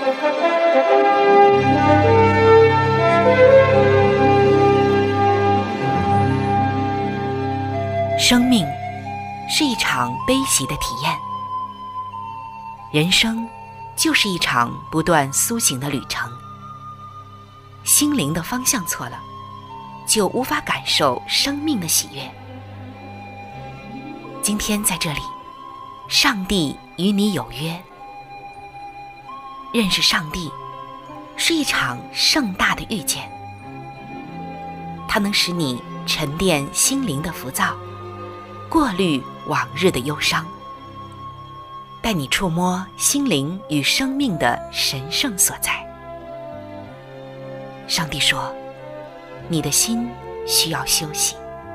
生命是一场悲喜的体验，人生就是一场不断苏醒的旅程。心灵的方向错了，就无法感受生命的喜悦。今天在这里，上帝与你有约。认识上帝是一场盛大的遇见，它能使你沉淀心灵的浮躁，过滤往日的忧伤，带你触摸心灵与生命的神圣所在。上帝说，你的心需要休息。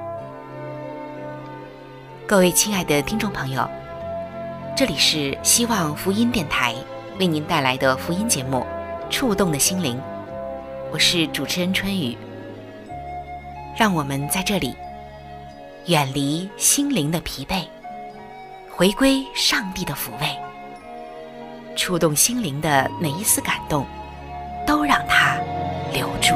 各位亲爱的听众朋友，这里是希望福音电台为您带来的福音节目《触动的心灵》，我是主持人春雨。让我们在这里远离心灵的疲惫，回归上帝的抚慰，触动心灵的每一丝感动，都让它留住。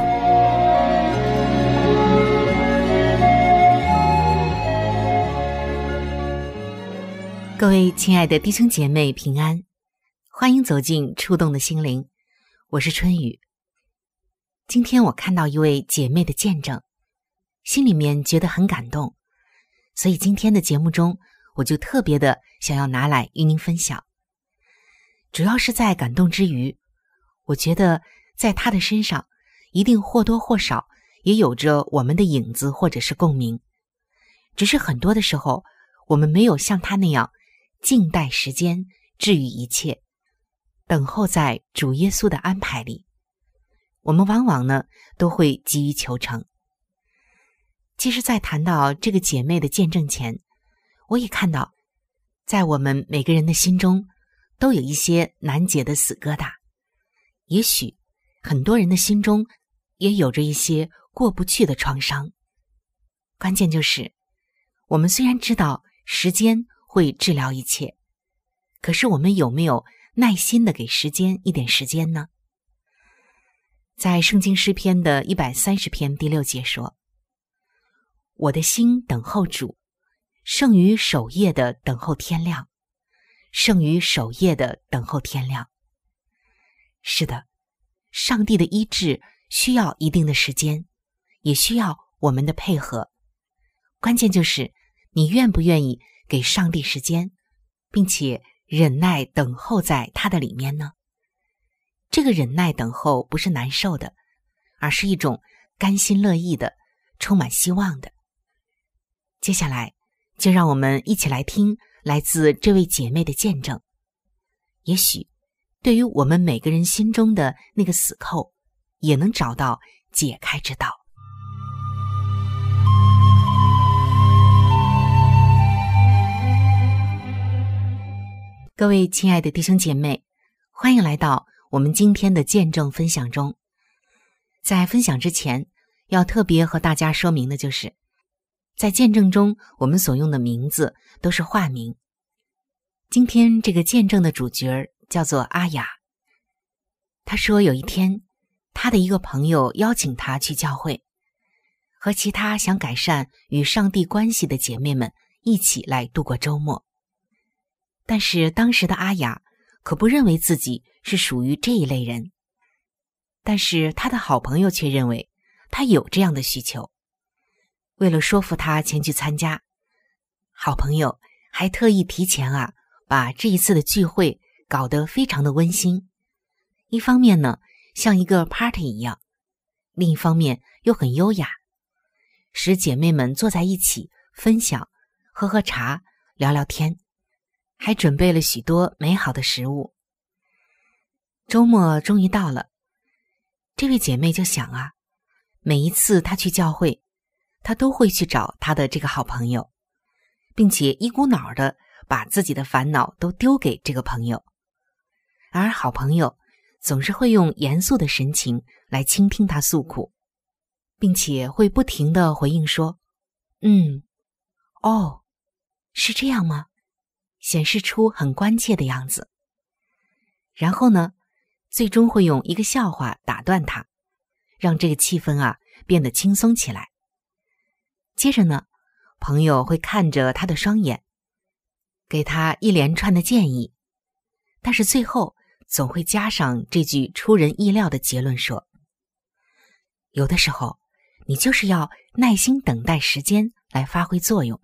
各位亲爱的弟兄姐妹平安，欢迎走进触动的心灵，我是春雨。今天我看到一位姐妹的见证，心里面觉得很感动，所以今天的节目中，我就特别的想要拿来与您分享。主要是在感动之余，我觉得在她的身上一定或多或少也有着我们的影子或者是共鸣，只是很多的时候我们没有像她那样静待时间治愈一切，等候在主耶稣的安排里。我们往往呢都会急于求成。其实在谈到这个姐妹的见证前，我也看到在我们每个人的心中都有一些难解的死疙瘩，也许很多人的心中也有着一些过不去的创伤。关键就是我们虽然知道时间会治疗一切，可是我们有没有耐心的给时间一点时间呢？在圣经诗篇的130篇第6节说，我的心等候主，胜于守夜的等候天亮，胜于守夜的等候天亮。是的，上帝的医治需要一定的时间，也需要我们的配合。关键就是你愿不愿意给上帝时间，并且忍耐等候在他的里面呢？这个忍耐等候不是难受的，而是一种甘心乐意的，充满希望的。接下来就让我们一起来听来自这位姐妹的见证，也许对于我们每个人心中的那个死扣也能找到解开之道。各位亲爱的弟兄姐妹，欢迎来到我们今天的见证分享中。在分享之前，要特别和大家说明的就是，在见证中我们所用的名字都是化名。今天这个见证的主角叫做阿雅。他说有一天，他的一个朋友邀请他去教会，和其他想改善与上帝关系的姐妹们一起来度过周末。但是当时的阿雅可不认为自己是属于这一类人，但是他的好朋友却认为他有这样的需求。为了说服他前去参加，好朋友还特意提前把这一次的聚会搞得非常的温馨。一方面呢，像一个 party 一样，另一方面又很优雅，使姐妹们坐在一起分享，喝喝茶，聊聊天，还准备了许多美好的食物。周末终于到了，这位姐妹就想每一次她去教会，她都会去找她的这个好朋友，并且一股脑的把自己的烦恼都丢给这个朋友，而好朋友总是会用严肃的神情来倾听她诉苦，并且会不停地回应说，哦，是这样吗？显示出很关切的样子。然后呢， 最终会用一个笑话打断他，让这个气氛变得轻松起来。接着呢，朋友会看着他的双眼，给他一连串的建议，但是最后总会加上这句出人意料的结论说：有的时候你就是要耐心等待时间来发挥作用。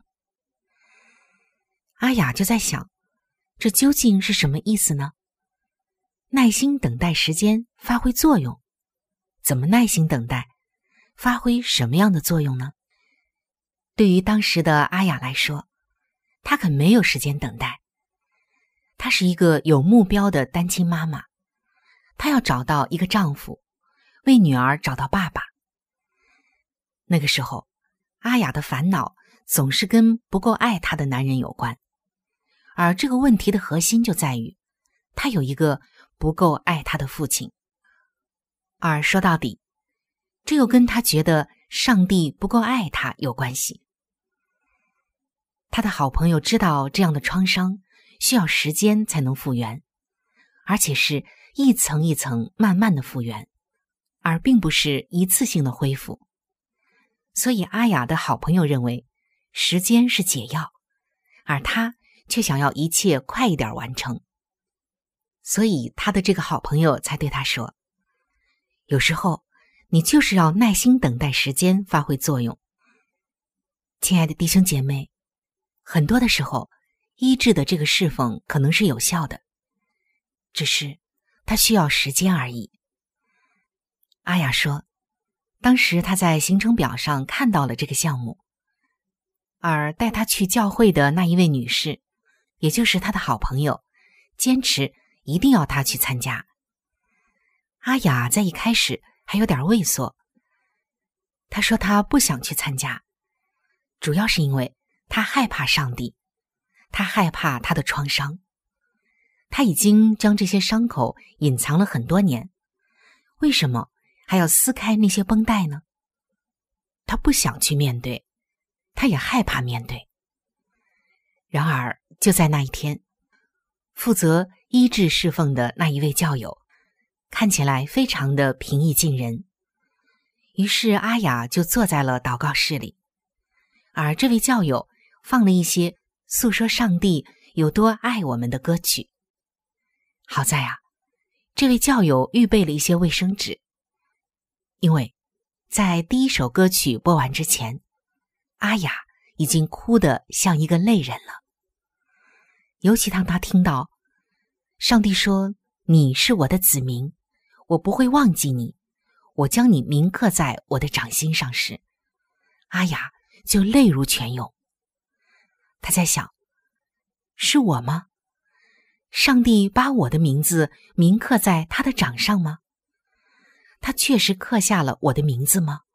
阿雅就在想，这究竟是什么意思呢？耐心等待时间发挥作用，怎么耐心等待？发挥什么样的作用呢？对于当时的阿雅来说，她可没有时间等待。她是一个有目标的单亲妈妈，她要找到一个丈夫，为女儿找到爸爸。那个时候，阿雅的烦恼总是跟不够爱她的男人有关，而这个问题的核心就在于，她有一个不够爱她的父亲。而说到底，这又跟她觉得上帝不够爱她有关系。她的好朋友知道这样的创伤需要时间才能复原，而且是一层一层慢慢的复原，而并不是一次性的恢复。所以阿雅的好朋友认为时间是解药，而她却想要一切快一点完成。所以她的这个好朋友才对她说，有时候你就是要耐心等待时间发挥作用。亲爱的弟兄姐妹，很多的时候医治的这个侍奉可能是有效的，只是它需要时间而已。阿雅说，当时她在行程表上看到了这个项目，而带她去教会的那一位女士，也就是她的好朋友，坚持一定要她去参加。阿雅在一开始还有点畏缩，她说她不想去参加，主要是因为她害怕上帝，她害怕她的创伤。她已经将这些伤口隐藏了很多年，为什么还要撕开那些绷带呢？她不想去面对，她也害怕面对。然而就在那一天，负责医治侍奉的那一位教友看起来非常的平易近人，于是阿雅就坐在了祷告室里，而这位教友放了一些诉说上帝有多爱我们的歌曲。好在这位教友预备了一些卫生纸，因为在第一首歌曲播完之前，阿雅已经哭得像一个泪人了。尤其当她听到上帝说，你是我的子民，我不会忘记你，我将你铭刻在我的掌心上时，阿雅就泪如泉涌。她在想，是我吗？上帝把我的名字铭刻在他的掌上吗？他确实刻下了我的名字吗？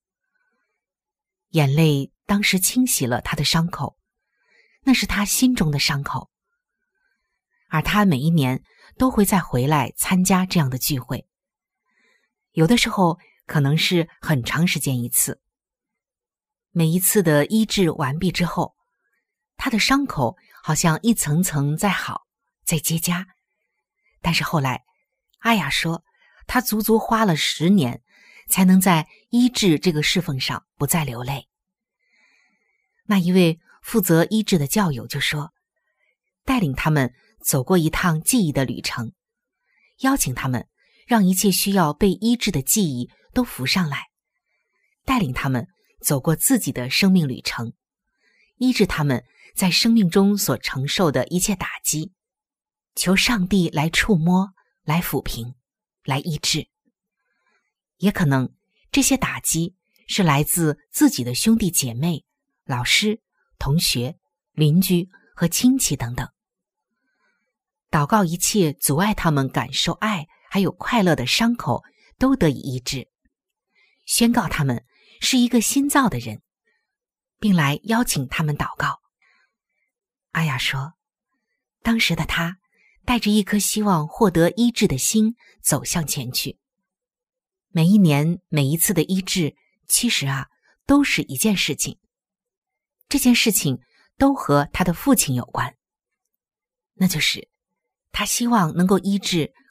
眼泪当时清洗了他的伤口，那是他心中的伤口。而他每一年都会再回来参加这样的聚会，有的时候可能是很长时间一次。每一次的医治完毕之后，他的伤口好像一层层在好，在结痂。但是后来阿雅说，她足足花了10年才能在医治这个侍奉上不再流泪。那一位负责医治的教友就说，带领他们走过一趟记忆的旅程，邀请他们让一切需要被医治的记忆都浮上来，带领他们走过自己的生命旅程，医治他们在生命中所承受的一切打击，求上帝来触摸，来抚平，来医治。也可能这些打击是来自自己的兄弟姐妹、老师、同学、邻居和亲戚等等。祷告一切阻碍他们感受爱还有快乐的伤口都得以医治，宣告他们是一个新造的人，并来邀请他们祷告。阿雅说，当时的她带着一颗希望获得医治的心走向前去。每一年每一次的医治，其实都是一件事情，这件事情都和他的父亲有关，那就是他希望能够医治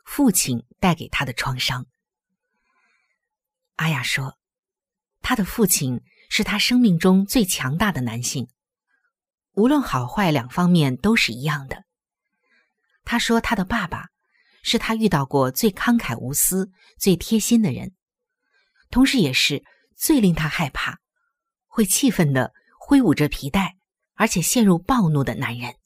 父亲带给他的创伤。阿雅说，他的父亲是他生命中最强大的男性，无论好坏两方面都是一样的。他说他的爸爸是他遇到过最慷慨无私、最贴心的人，同时也是最令他害怕、会气愤地挥舞着皮带，而且陷入暴怒的男人。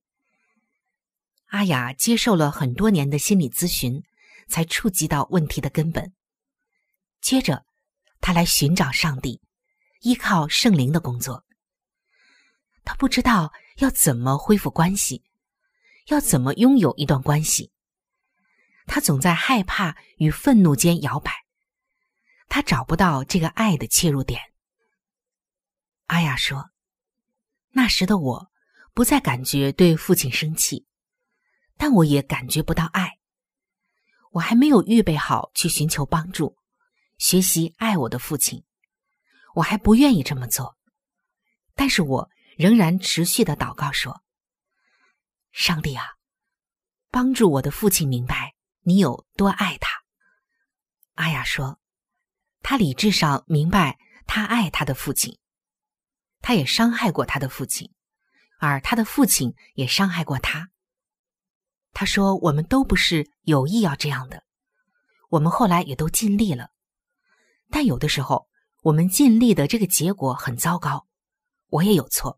阿雅接受了很多年的心理咨询，才触及到问题的根本。接着，他来寻找上帝，依靠圣灵的工作。他不知道要怎么恢复关系，要怎么拥有一段关系。他总在害怕与愤怒间摇摆，他找不到这个爱的切入点。阿雅说，那时的我不再感觉对父亲生气，但我也感觉不到爱。我还没有预备好去寻求帮助，学习爱我的父亲。我还不愿意这么做，但是我仍然持续地祷告说，上帝啊，帮助我的父亲明白你有多爱他。阿雅说，他理智上明白他爱他的父亲，他也伤害过他的父亲，而他的父亲也伤害过他。他说，我们都不是有意要这样的，我们后来也都尽力了，但有的时候我们尽力的这个结果很糟糕，我也有错。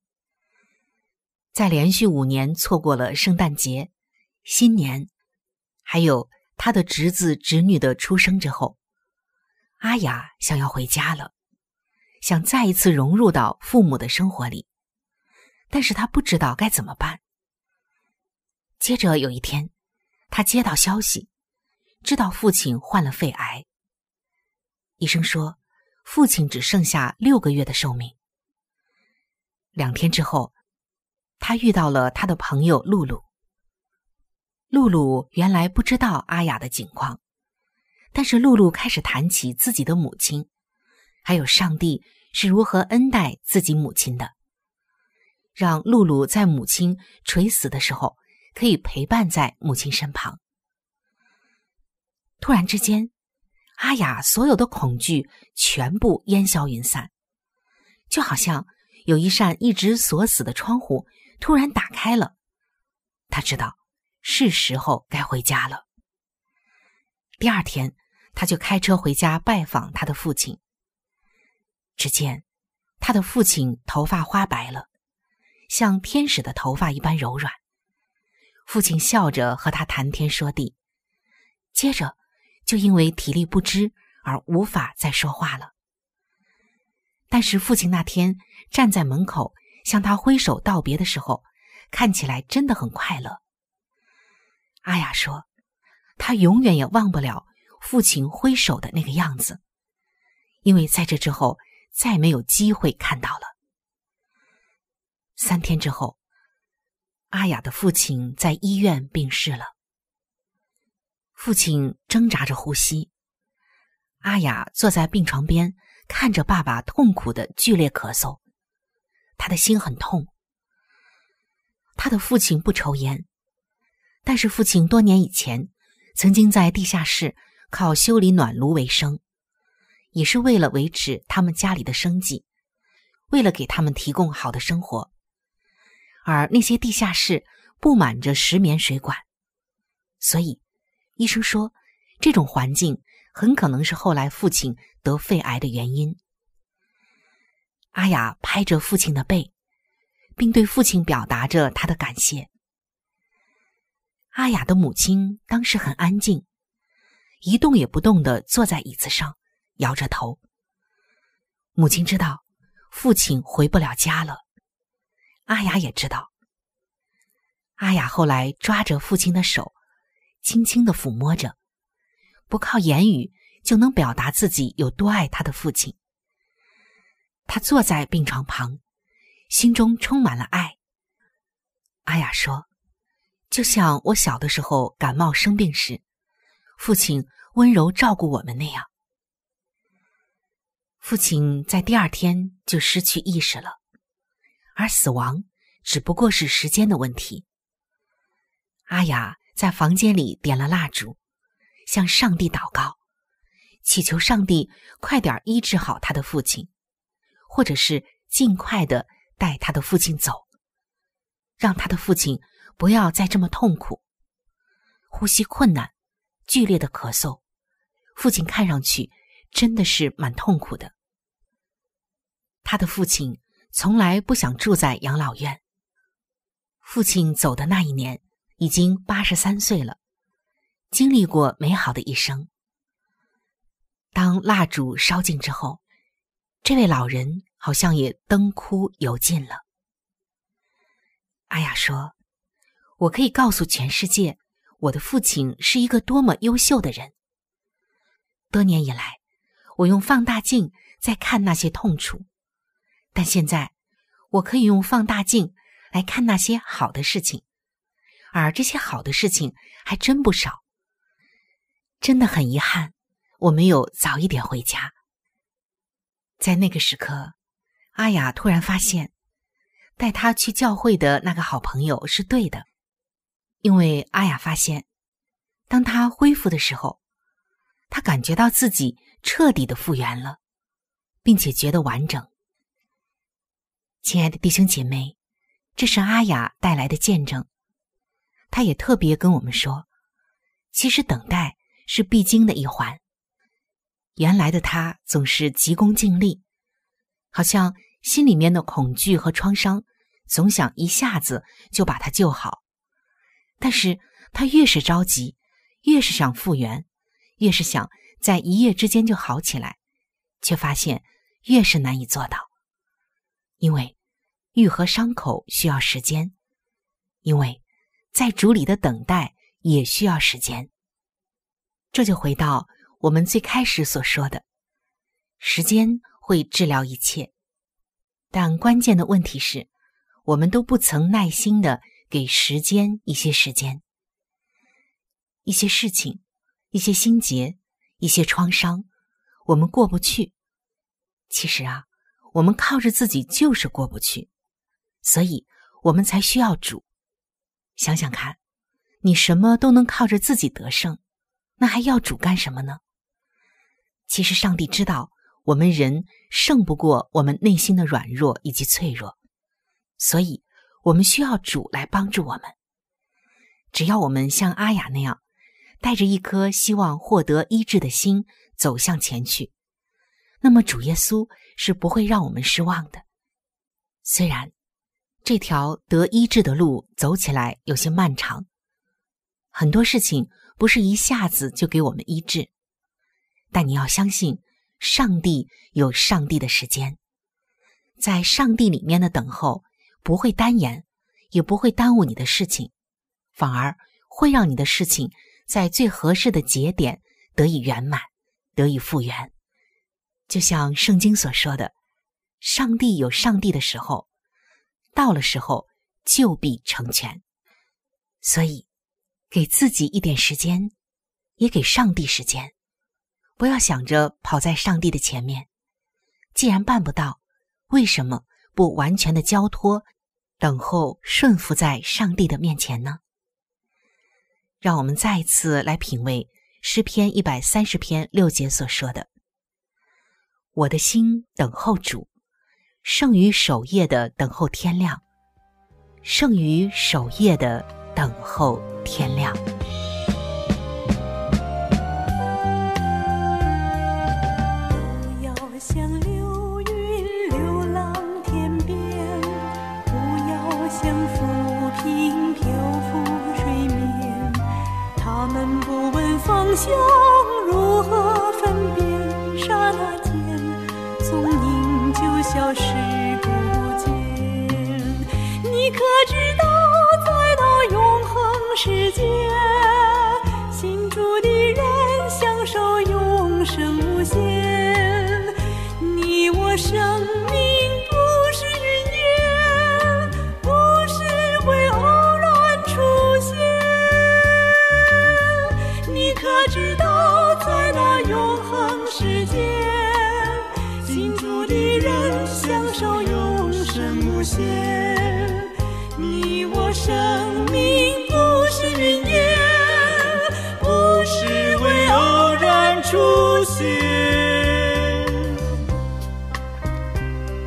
在连续5年错过了圣诞节、新年，还有他的侄子侄女的出生之后，阿雅想要回家了，想再一次融入到父母的生活里，但是他不知道该怎么办。接着有一天，他接到消息，知道父亲患了肺癌。医生说，父亲只剩下6个月的寿命。2天之后，他遇到了他的朋友露露。露露原来不知道阿雅的境况，但是露露开始谈起自己的母亲，还有上帝是如何恩待自己母亲的，让露露在母亲垂死的时候可以陪伴在母亲身旁。突然之间，阿雅所有的恐惧全部烟消云散，就好像有一扇一直锁死的窗户突然打开了。他知道是时候该回家了。第2天，他就开车回家拜访他的父亲。只见他的父亲头发花白了，像天使的头发一般柔软。父亲笑着和他谈天说地，接着就因为体力不支而无法再说话了。但是父亲那天站在门口向他挥手道别的时候，看起来真的很快乐。阿雅说，他永远也忘不了父亲挥手的那个样子，因为在这之后再没有机会看到了。3天之后，阿雅的父亲在医院病逝了。父亲挣扎着呼吸，阿雅坐在病床边，看着爸爸痛苦的剧烈咳嗽，他的心很痛。他的父亲不抽烟，但是父亲多年以前曾经在地下室靠修理暖炉为生，也是为了维持他们家里的生计，为了给他们提供好的生活。而那些地下室布满着石棉水管，所以医生说这种环境很可能是后来父亲得肺癌的原因。阿雅拍着父亲的背，并对父亲表达着他的感谢。阿雅的母亲当时很安静，一动也不动地坐在椅子上，摇着头。母亲知道父亲回不了家了，阿雅也知道。阿雅后来抓着父亲的手，轻轻地抚摸着，不靠言语就能表达自己有多爱他的父亲。他坐在病床旁，心中充满了爱。阿雅说，就像我小的时候感冒生病时，父亲温柔照顾我们那样。父亲在第2天就失去意识了，而死亡只不过是时间的问题。阿雅在房间里点了蜡烛，向上帝祷告，祈求上帝快点医治好他的父亲，或者是尽快的带他的父亲走，让他的父亲不要再这么痛苦。呼吸困难，剧烈的咳嗽，父亲看上去真的是蛮痛苦的。他的父亲从来不想住在养老院。父亲走的那一年已经83岁了，经历过美好的一生。当蜡烛烧尽之后，这位老人好像也灯枯油尽了。阿雅说，我可以告诉全世界，我的父亲是一个多么优秀的人。多年以来，我用放大镜在看那些痛楚，但现在我可以用放大镜来看那些好的事情，而这些好的事情还真不少。真的很遗憾，我没有早一点回家。在那个时刻，阿雅突然发现，带她去教会的那个好朋友是对的，因为阿雅发现，当她恢复的时候，她感觉到自己彻底的复原了，并且觉得完整。亲爱的弟兄姐妹，这是阿雅带来的见证。她也特别跟我们说，其实等待是必经的一环。原来的她总是急功近利，好像心里面的恐惧和创伤总想一下子就把它救好。但是她越是着急，越是想复原，越是想在一夜之间就好起来，却发现越是难以做到。因为愈合伤口需要时间，因为在主里的等待也需要时间。这就回到我们最开始所说的，时间会治疗一切，但关键的问题是，我们都不曾耐心地给时间一些时间。一些事情，一些心结，一些创伤，我们过不去。其实啊，我们靠着自己就是过不去，所以我们才需要主。想想看，你什么都能靠着自己得胜，那还要主干什么呢？其实上帝知道我们人胜不过我们内心的软弱以及脆弱，所以我们需要主来帮助我们。只要我们像阿雅那样，带着一颗希望获得医治的心走向前去，那么主耶稣是不会让我们失望的。虽然这条得医治的路走起来有些漫长，很多事情不是一下子就给我们医治，但你要相信上帝有上帝的时间，在上帝里面的等候不会单延，也不会耽误你的事情，反而会让你的事情在最合适的节点得以圆满，得以复原。就像圣经所说的，上帝有上帝的时候，到了时候就必成全。所以给自己一点时间，也给上帝时间，不要想着跑在上帝的前面。既然办不到，为什么不完全的交托，等候顺服在上帝的面前呢？让我们再一次来品味诗篇130篇6节所说的，我的心等候主，胜于守夜的等候天亮，胜于守夜的等候天亮。 不要像流云流浪天边，不要像浮萍漂浮水面，他们不问方向如何分辨，刹那间踪影就消失不见。你可知道在那永恒世界，信主的人享受永生无限。你我生命不是云烟，不是会偶然出现。你可知道在那永恒世界，信主的人享受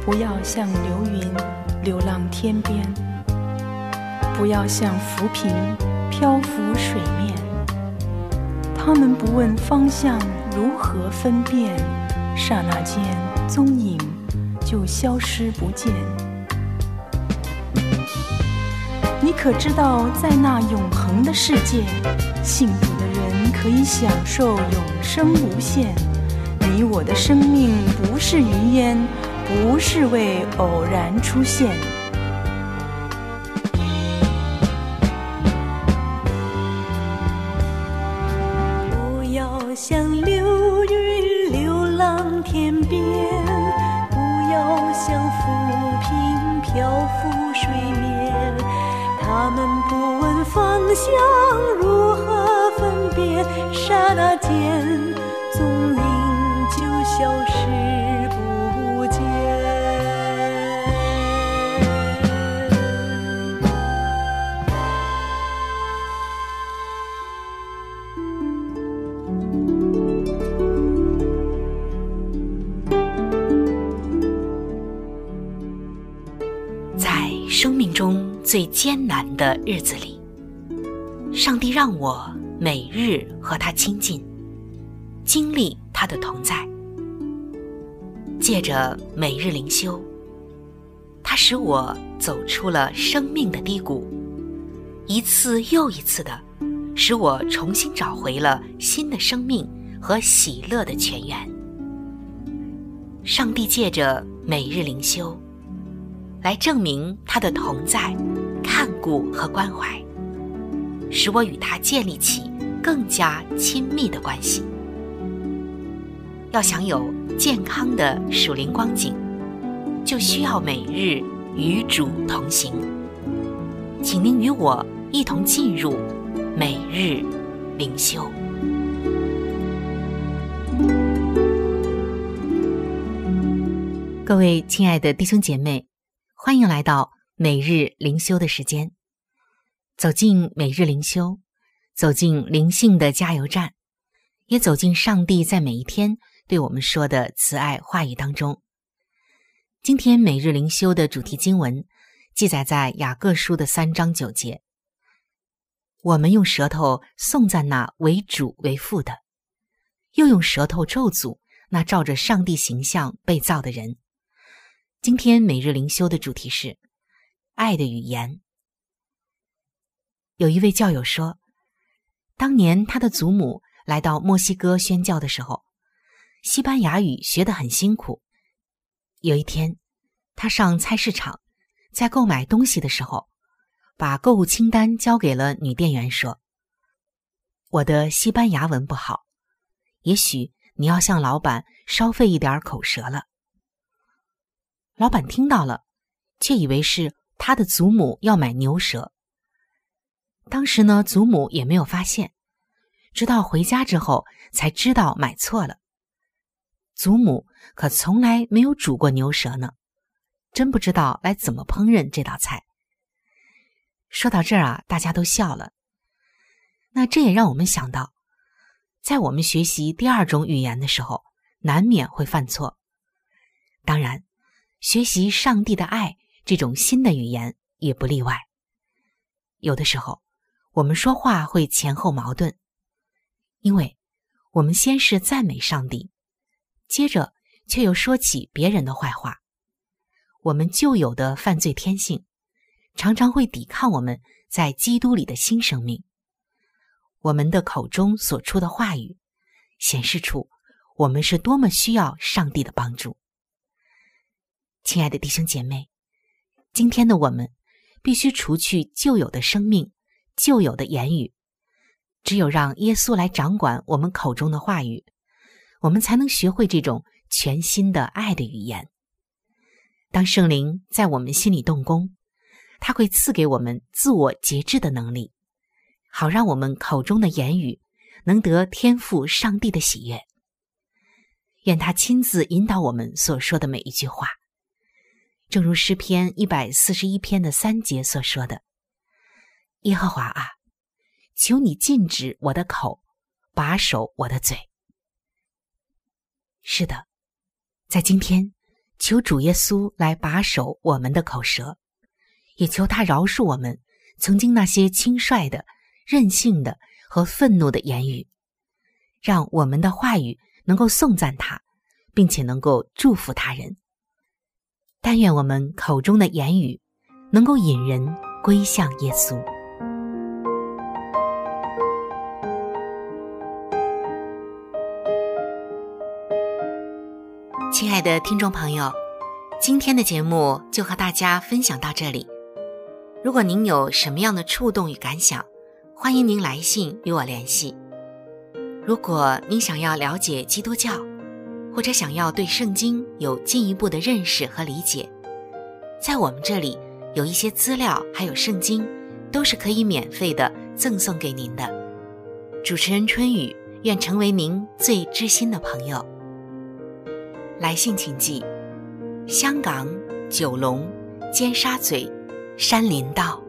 不要像流云流浪天边，不要像浮萍漂浮水面。他们不问方向如何分辨，刹那间踪影就消失不见。你可知道，在那永恒的世界，幸福的人可以享受永生无限。你我的生命不是云烟，不是为偶然出现。 不要像流云流浪天边，不要像浮萍漂浮水面。他们不问方向如何分辨，刹那间踪影就消失不见。 在生命中最艰难的日子里，上帝让我每日和他亲近，经历他的同在。借着每日灵修，他使我走出了生命的低谷，一次又一次的使我重新找回了新的生命和喜乐的泉源。上帝借着每日灵修来证明他的同在、看顾和关怀，使我与他建立起更加亲密的关系。要想有健康的属灵光景，就需要每日与主同行。请您与我一同进入每日灵修。各位亲爱的弟兄姐妹，欢迎来到每日灵修的时间。走进每日灵修，走进灵性的加油站，也走进上帝在每一天对我们说的慈爱话语当中。今天每日灵修的主题经文记载在雅各书的3章9节。我们用舌头颂赞那为主为父的，又用舌头咒诅那照着上帝形象被造的人。今天每日灵修的主题是爱的语言。有一位教友说，当年他的祖母来到墨西哥宣教的时候，西班牙语学得很辛苦。有一天，他上菜市场，在购买东西的时候，把购物清单交给了女店员说，我的西班牙文不好，也许你要向老板稍费一点口舌了。老板听到了，却以为是他的祖母要买牛舌。当时呢，祖母也没有发现，直到回家之后才知道买错了。祖母可从来没有煮过牛舌呢，真不知道来怎么烹饪这道菜。说到这儿啊，大家都笑了。那这也让我们想到，在我们学习第二种语言的时候，难免会犯错。当然，学习上帝的爱这种新的语言也不例外。有的时候，我们说话会前后矛盾，因为我们先是赞美上帝，接着却又说起别人的坏话。我们旧有的犯罪天性常常会抵抗我们在基督里的新生命。我们的口中所出的话语显示出我们是多么需要上帝的帮助。亲爱的弟兄姐妹，今天的我们必须除去旧有的生命、旧有的言语，只有让耶稣来掌管我们口中的话语，我们才能学会这种全新的爱的语言。当圣灵在我们心里动工，他会赐给我们自我节制的能力，好让我们口中的言语能得天父上帝的喜悦。愿他亲自引导我们所说的每一句话，正如诗篇141篇的3节所说的，耶和华啊，求你禁止我的口，把守我的嘴。是的，在今天求主耶稣来把守我们的口舌，也求他饶恕我们曾经那些轻率的、任性的和愤怒的言语，让我们的话语能够颂赞他，并且能够祝福他人。但愿我们口中的言语能够引人归向耶稣。亲爱的听众朋友，今天的节目就和大家分享到这里。如果您有什么样的触动与感想，欢迎您来信与我联系。如果您想要了解基督教，或者想要对圣经有进一步的认识和理解，在我们这里有一些资料还有圣经都是可以免费的赠送给您的。主持人春雨愿成为您最知心的朋友。来信请寄香港九龙尖沙咀山林道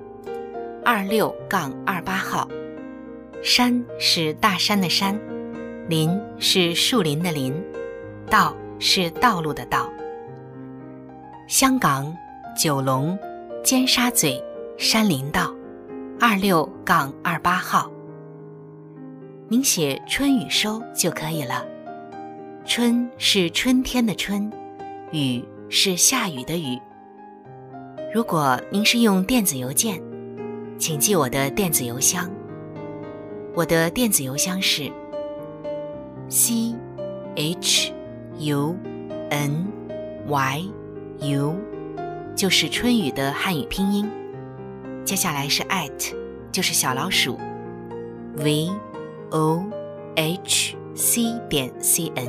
26-28号，山是大山的山，林是树林的林，道是道路的道。香港九龙尖沙咀山林道26-28号。您写春雨收就可以了。春是春天的春，雨是下雨的雨。如果您是用电子邮件，请记我的电子邮箱。我的电子邮箱是 CHUNYU， 就是春雨的汉语拼音，接下来是 @ 就是小老鼠 VOHC.CN。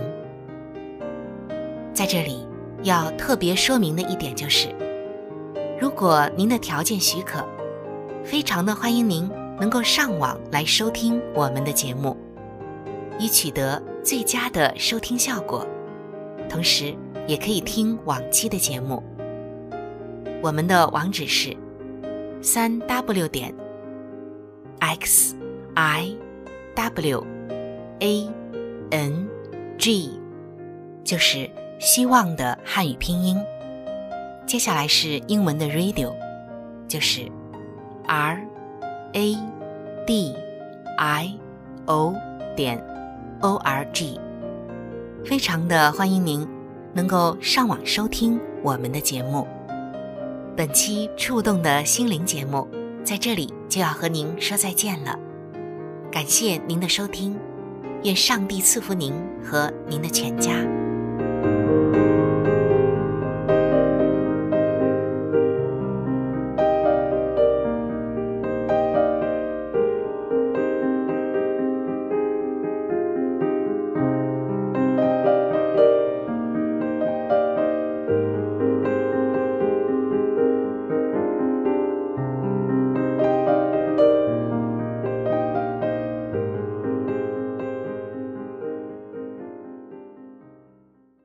在这里要特别说明的一点就是，如果您的条件许可，非常的欢迎您能够上网来收听我们的节目，以取得最佳的收听效果，同时也可以听往期的节目。我们的网址是 3w.xiwang， 就是希望的汉语拼音，接下来是英文的 radio， 就是 RADIO.org。 非常的欢迎您能够上网收听我们的节目。本期触动的心灵节目在这里就要和您说再见了，感谢您的收听，愿上帝赐福您和您的全家。